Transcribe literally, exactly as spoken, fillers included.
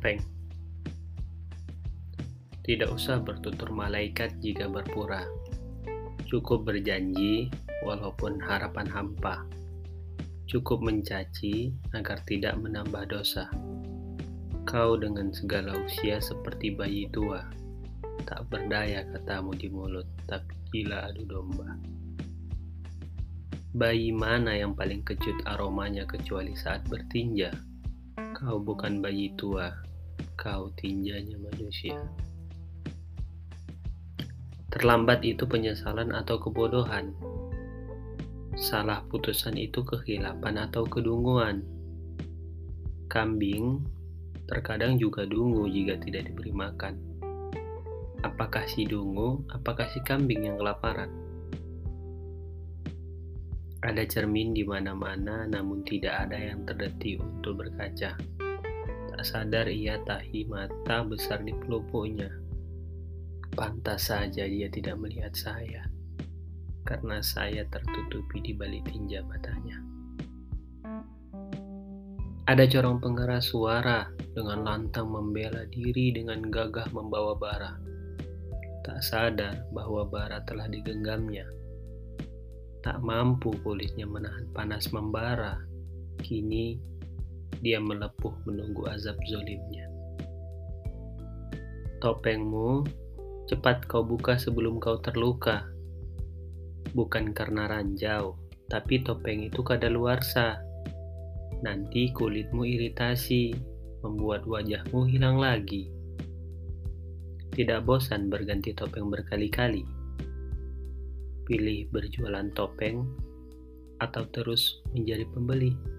Topeng. Tidak usah bertutur malaikat jika berpura. Cukup berjanji walaupun harapan hampa. Cukup mencaci agar tidak menambah dosa. Kau dengan segala usia seperti bayi tua. Tak berdaya katamu di mulut, tapi gila adu domba. Bayi mana yang paling kecut aromanya kecuali saat bertinja? Kau bukan bayi tua, kau tinjanya manusia. Terlambat itu penyesalan atau kebodohan. Salah putusan itu kehilapan atau kedunguan. Kambing terkadang juga dungu jika tidak diberi makan. Apakah si dungu, apakah si kambing yang kelaparan? Ada cermin di mana-mana, namun tidak ada yang terdetik untuk berkaca. Tak sadar ia tahi mata besar di pelupuknya. Pantas saja dia tidak melihat saya, karena saya tertutupi di balik tinja matanya. Ada corong pengeras suara dengan lantang membela diri dengan gagah membawa bara. Tak sadar bahwa bara telah digenggamnya. Tak mampu kulitnya menahan panas membara. Kini dia melepuh menunggu azab zolimnya. Topengmu, cepat kau buka sebelum kau terluka. Bukan karena ranjau, tapi topeng itu kadaluarsa. Nanti kulitmu iritasi, membuat wajahmu hilang lagi. Tidak bosan berganti topeng berkali-kali? Pilih berjualan topeng atau terus menjadi pembeli?